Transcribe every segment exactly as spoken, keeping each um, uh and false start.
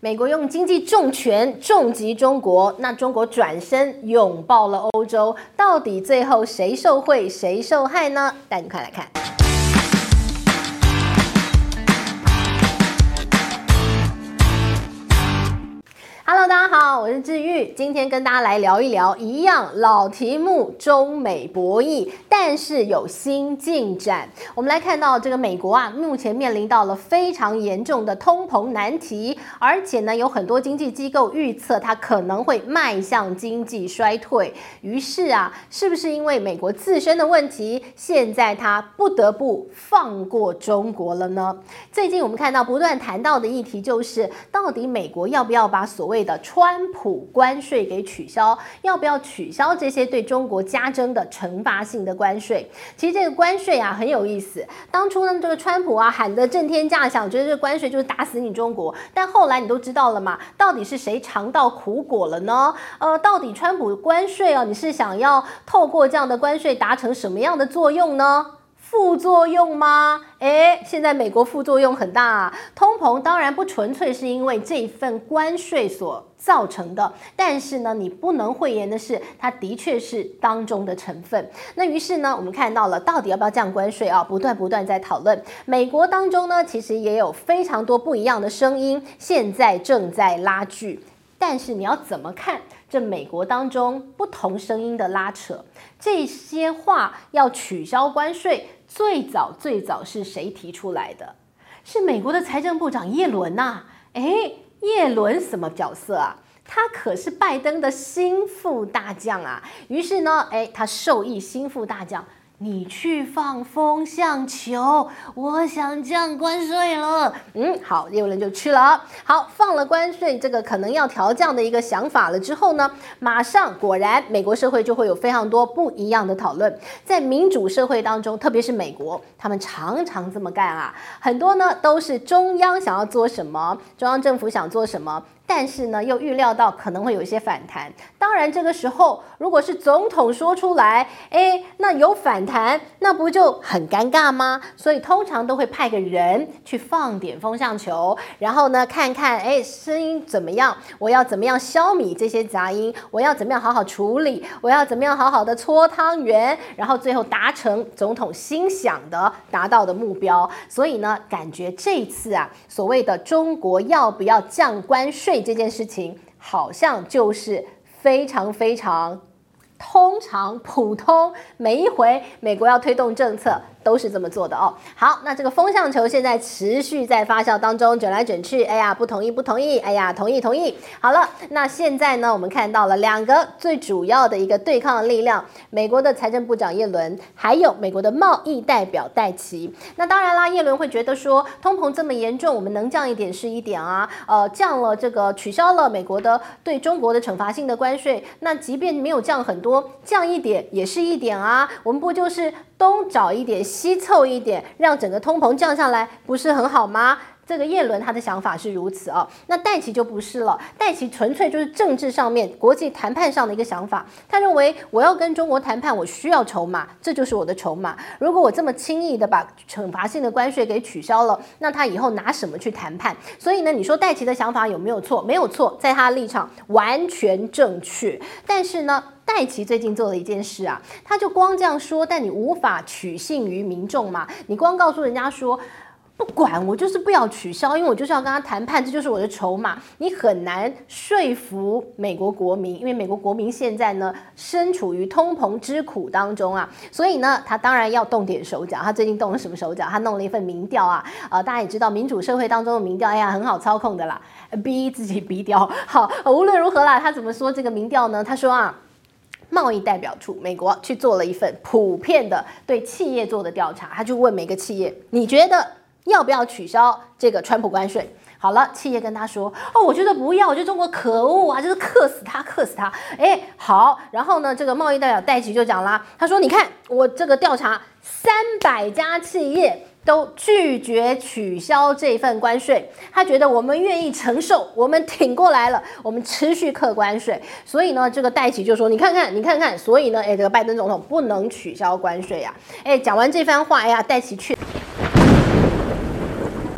美国用经济重拳重击中国，那中国转身拥抱了欧洲，到底最后谁受惠谁受害呢？带你快来看。Hello， 大家好，我是志玉，今天跟大家来聊一聊一样老题目，中美博弈，但是有新进展。我们来看到这个美国啊，目前面临到了非常严重的通膨难题，而且呢，有很多经济机构预测它可能会迈向经济衰退。于是啊，是不是因为美国自身的问题，现在它不得不放过中国了呢？最近我们看到不断谈到的议题就是，到底美国要不要把所谓的川普关税给取消，要不要取消这些对中国加征的惩罚性的关税？其实这个关税啊很有意思，当初呢这个川普啊喊得震天价响，觉得这个关税就是打死你中国，但后来你都知道了嘛，到底是谁尝到苦果了呢？呃，到底川普关税啊，你是想要透过这样的关税达成什么样的作用呢？副作用吗？诶，现在美国副作用很大啊。通膨当然不纯粹是因为这份关税所造成的，但是呢，你不能讳言的是，它的确是当中的成分。那于是呢，我们看到了到底要不要降关税啊，不断不断在讨论。美国当中呢，其实也有非常多不一样的声音，现在正在拉锯。但是你要怎么看这美国当中不同声音的拉扯？这些话要取消关税，最早最早是谁提出来的？是美国的财政部长耶伦呐。诶，耶伦什么角色啊？他可是拜登的心腹大将啊。于是呢，诶，他授意心腹大将，你去放风向球，我想降关税了。嗯，好，耶伦就去了。好，放了关税，这个可能要调降的一个想法了之后呢，马上果然美国社会就会有非常多不一样的讨论。在民主社会当中，特别是美国，他们常常这么干啊。很多呢都是中央想要做什么，中央政府想做什么。但是呢，又预料到可能会有一些反弹。当然，这个时候如果是总统说出来，哎，那有反弹，那不就很尴尬吗？所以通常都会派个人去放点风向球，然后呢，看看哎声音怎么样，我要怎么样消弭这些杂音，我要怎么样好好处理，我要怎么样好好的搓汤圆，然后最后达成总统心想的达到的目标。所以呢，感觉这次啊，所谓的中国要不要降关税这件事情，好像就是非常非常通常普通，每一回美国要推动政策都是这么做的哦。好，那这个风向球现在持续在发酵当中，卷来卷去，哎呀，不同意不同意，哎呀，同意同意。好了，那现在呢，我们看到了两个最主要的一个对抗的力量，美国的财政部长耶伦，还有美国的贸易代表戴奇。那当然啦，耶伦会觉得说，通膨这么严重，我们能降一点是一点啊，呃，降了这个取消了美国的对中国的惩罚性的关税，那即便没有降很多，降一点也是一点啊，我们不就是东找一点西凑一点，让整个通膨降下来，不是很好吗？这个耶伦他的想法是如此哦，那戴奇就不是了，戴奇纯粹就是政治上面、国际谈判上的一个想法。他认为我要跟中国谈判，我需要筹码，这就是我的筹码。如果我这么轻易的把惩罚性的关税给取消了，那他以后拿什么去谈判？所以呢，你说戴奇的想法有没有错？没有错，在他的立场完全正确。但是呢，戴奇最近做了一件事啊，他就光这样说，但你无法取信于民众嘛？你光告诉人家说，不管，我就是不要取消，因为我就是要跟他谈判，这就是我的筹码。你很难说服美国国民，因为美国国民现在呢身处于通膨之苦当中啊，所以呢他当然要动点手脚。他最近动了什么手脚？他弄了一份民调啊，呃，大家也知道民主社会当中的民调，哎呀，很好操控的啦，逼自己逼掉。好，无论如何啦，他怎么说这个民调呢？他说啊，贸易代表处美国去做了一份普遍的对企业做的调查，他就问每个企业，你觉得要不要取消这个川普关税？好了，企业跟他说，哦，我觉得不要，我觉得中国可恶啊，就是克死他，克死他。哎，好，然后呢，这个贸易代表戴奇就讲啦，他说，你看我这个调查，三百家企业都拒绝取消这份关税，他觉得我们愿意承受，我们挺过来了，我们持续课关税。所以呢，这个戴奇就说，你看看，你看看，所以呢，哎，这个拜登总统不能取消关税啊。哎，讲完这番话，哎呀，戴奇去。戴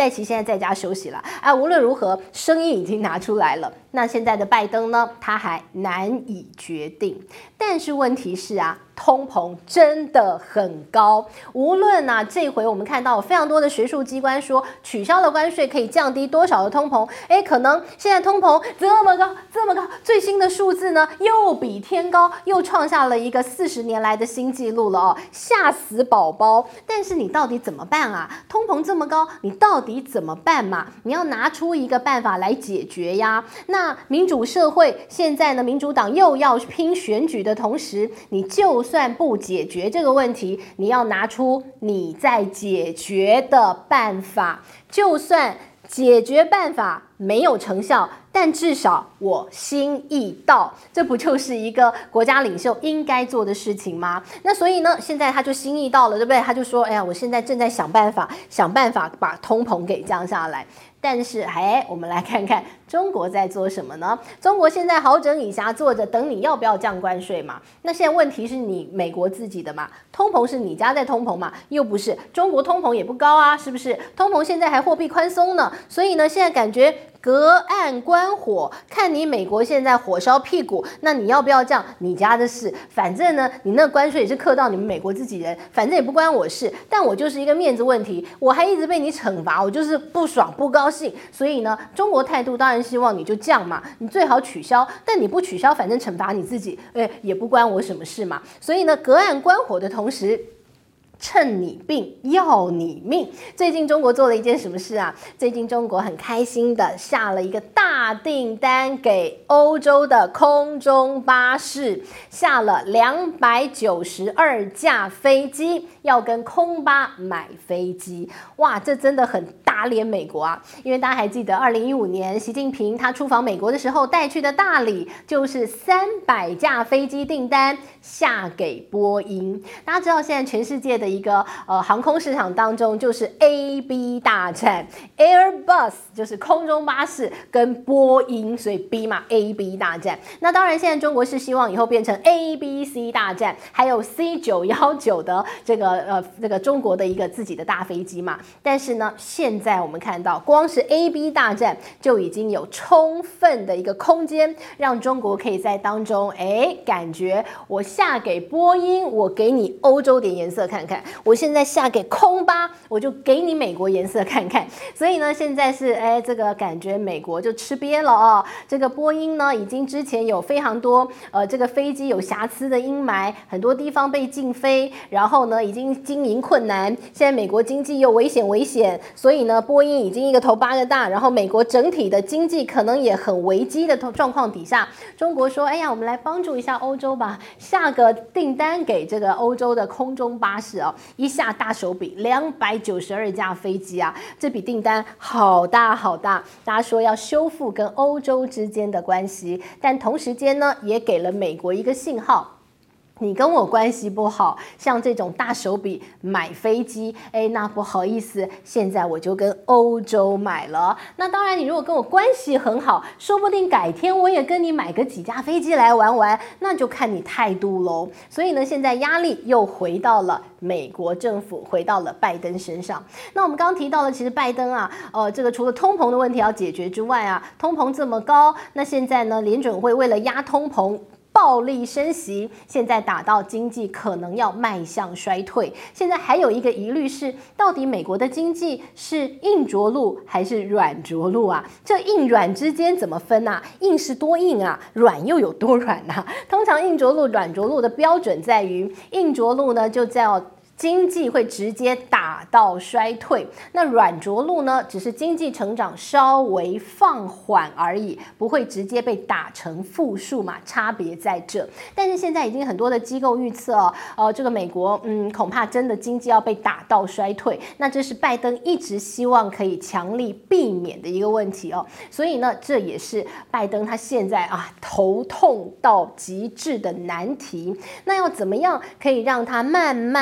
在其现在在家休息了啊。无论如何，声音已经拿出来了。那现在的拜登呢，他还难以决定。但是问题是啊，通膨真的很高。无论啊，这回我们看到有非常多的学术机关说，取消了关税可以降低多少的通膨？哎，可能现在通膨这么高，这么高，最新的数字呢又比天高，又创下了一个四十年来的新纪录了哦，吓死宝宝！但是你到底怎么办啊？通膨这么高，你到底怎么办嘛？你要拿出一个办法来解决呀。那民主社会现在呢，民主党又要拼选举的同时，你就算不解决这个问题，你要拿出你在解决的办法。就算解决办法没有成效，但至少我心意到，这不就是一个国家领袖应该做的事情吗？那所以呢，现在他就心意到了，对不对？他就说，哎呀，我现在正在想办法，想办法把通膨给降下来。但是，哎，我们来看看中国在做什么呢？中国现在好整以暇坐着等你要不要降关税嘛？那现在问题是你美国自己的嘛？通膨是你家在通膨嘛？又不是，中国通膨也不高啊，是不是？通膨现在还货币宽松呢，所以呢，现在感觉隔岸观火，看你美国现在火烧屁股，那你要不要降？你家的事，反正呢，你那关税也是课到你们美国自己人，反正也不关我事。但我就是一个面子问题，我还一直被你惩罚，我就是不爽不高兴。所以呢，中国态度当然希望你就降嘛，你最好取消，但你不取消，反正惩罚你自己，哎，也不关我什么事嘛。所以呢，隔岸观火的同时，趁你病要你命。最近中国做了一件什么事啊？最近中国很开心的下了一个大订单给欧洲的空中巴士，下了两百九十二架飞机，要跟空巴买飞机。哇，这真的很打脸美国啊！因为大家还记得二零一五年习近平他出访美国的时候带去的大礼就是三百架飞机订单下给波音。大家知道现在全世界的一个呃航空市场当中就是 A B 大战 ，Airbus 就是空中巴士跟波音，所以 B 嘛 A B 大战。那当然现在中国是希望以后变成 A B C 大战，还有 C 九一九的这个呃这个中国的一个自己的大飞机嘛。但是呢，现在我们看到光是 A B 大战就已经有充分的一个空间，让中国可以在当中哎感觉我下给波音，我给你欧洲点颜色看看。我现在下给空巴，我就给你美国颜色看看。所以呢，现在是哎，这个感觉美国就吃瘪了哦。这个波音呢，已经之前有非常多呃这个飞机有瑕疵的阴霾，很多地方被禁飞，然后呢已经经营困难。现在美国经济又危险危险，所以呢，波音已经一个头八个大，然后美国整体的经济可能也很危机的状况底下，中国说，哎呀，我们来帮助一下欧洲吧，下个订单给这个欧洲的空中巴士哦。一下大手笔，两百九十二架飞机啊，这笔订单好大好大。大家说要修复跟欧洲之间的关系，但同时间呢，也给了美国一个信号。你跟我关系不好，像这种大手笔买飞机，哎，那不好意思，现在我就跟欧洲买了。那当然，你如果跟我关系很好，说不定改天我也跟你买个几架飞机来玩玩，那就看你态度喽。所以呢，现在压力又回到了美国政府，回到了拜登身上。那我们刚刚提到了，其实拜登啊，呃，这个除了通膨的问题要解决之外啊，通膨这么高，那现在呢，联准会为了压通膨，暴力升息，现在打到经济可能要迈向衰退。现在还有一个疑虑是，到底美国的经济是硬着陆还是软着陆啊？这硬软之间怎么分啊？硬是多硬啊，软又有多软啊？通常硬着陆、软着陆的标准在于，硬着陆呢就叫经济会直接打到衰退，那软着陆呢，只是经济成长稍微放缓而已，不会直接被打成负数嘛，差别在这。但是现在已经很多的机构预测哦，呃，这个美国嗯，恐怕真的经济要被打到衰退，那这是拜登一直希望可以强力避免的一个问题哦。所以呢，这也是拜登他现在啊头痛到极致的难题。那要怎么样可以让他慢慢软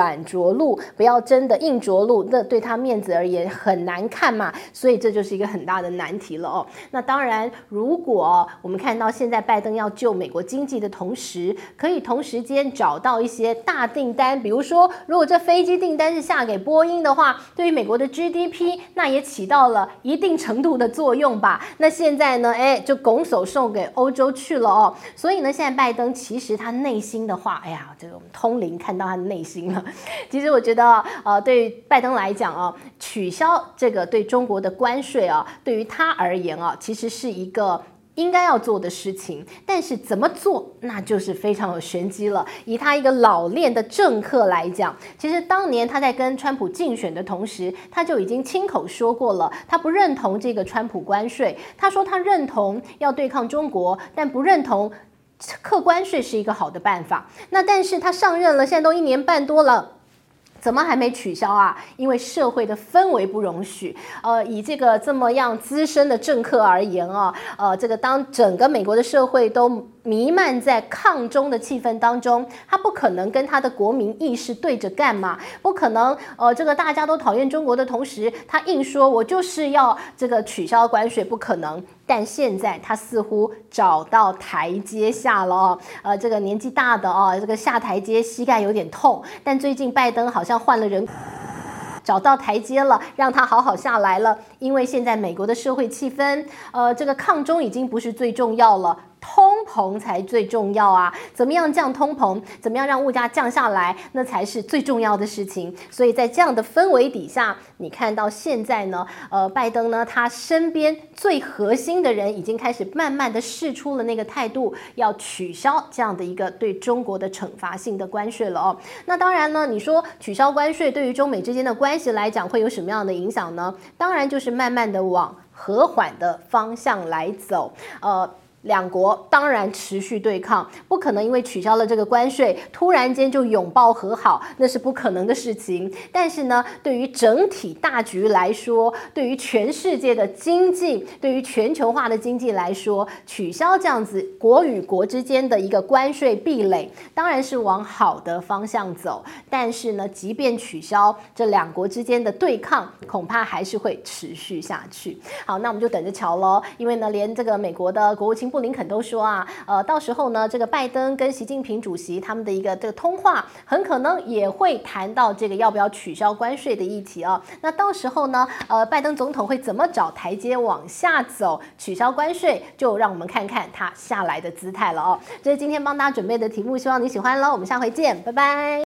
软着陆，不要真的硬着陆，那对他面子而言很难看嘛，所以这就是一个很大的难题了哦。那当然，如果我们看到现在拜登要救美国经济的同时，可以同时间找到一些大订单，比如说，如果这飞机订单是下给波音的话，对于美国的 G D P 那也起到了一定程度的作用吧。那现在呢，哎，就拱手送给欧洲去了哦。所以呢，现在拜登其实他内心的话，哎呀，这个我们通灵看到他的内心了。其实我觉得，呃，对于拜登来讲啊，取消这个对中国的关税啊，对于他而言啊，其实是一个应该要做的事情，但是怎么做，那就是非常有玄机了。以他一个老练的政客来讲，其实当年他在跟川普竞选的同时，他就已经亲口说过了，他不认同这个川普关税。他说他认同要对抗中国，但不认同课关税是一个好的办法。那但是他上任了，现在都一年半多了。怎么还没取消啊？因为社会的氛围不容许。呃，以这个这么样资深的政客而言啊，呃，这个当整个美国的社会都弥漫在抗中的气氛当中，他不可能跟他的国民意识对着干嘛？不可能，呃，这个大家都讨厌中国的同时，他硬说我就是要这个取消关税，不可能。但现在他似乎找到台阶下了哦，呃，这个年纪大的哦，这个下台阶膝盖有点痛，但最近拜登好像换了人。找到台阶了，让他好好下来了。因为现在美国的社会气氛，呃，这个抗中已经不是最重要了。通膨才最重要啊！怎么样降通膨？怎么样让物价降下来？那才是最重要的事情。所以在这样的氛围底下，你看到现在呢，呃，拜登呢，他身边最核心的人已经开始慢慢的释出了那个态度，要取消这样的一个对中国的惩罚性的关税了哦。那当然呢，你说取消关税对于中美之间的关系来讲会有什么样的影响呢？当然就是慢慢的往和缓的方向来走，呃。两国当然持续对抗，不可能因为取消了这个关税，突然间就拥抱和好，那是不可能的事情。但是呢，对于整体大局来说，对于全世界的经济，对于全球化的经济来说，取消这样子国与国之间的一个关税壁垒，当然是往好的方向走。但是呢，即便取消，这两国之间的对抗，恐怕还是会持续下去。好，那我们就等着瞧咯，因为呢，连这个美国的国务卿布林肯都说啊，呃，到时候呢，这个拜登跟习近平主席他们的一个这个通话，很可能也会谈到这个要不要取消关税的议题啊。那到时候呢，呃，拜登总统会怎么找台阶往下走，取消关税，就让我们看看他下来的姿态了哦。这是今天帮大家准备的题目，希望你喜欢喽。我们下回见，拜拜。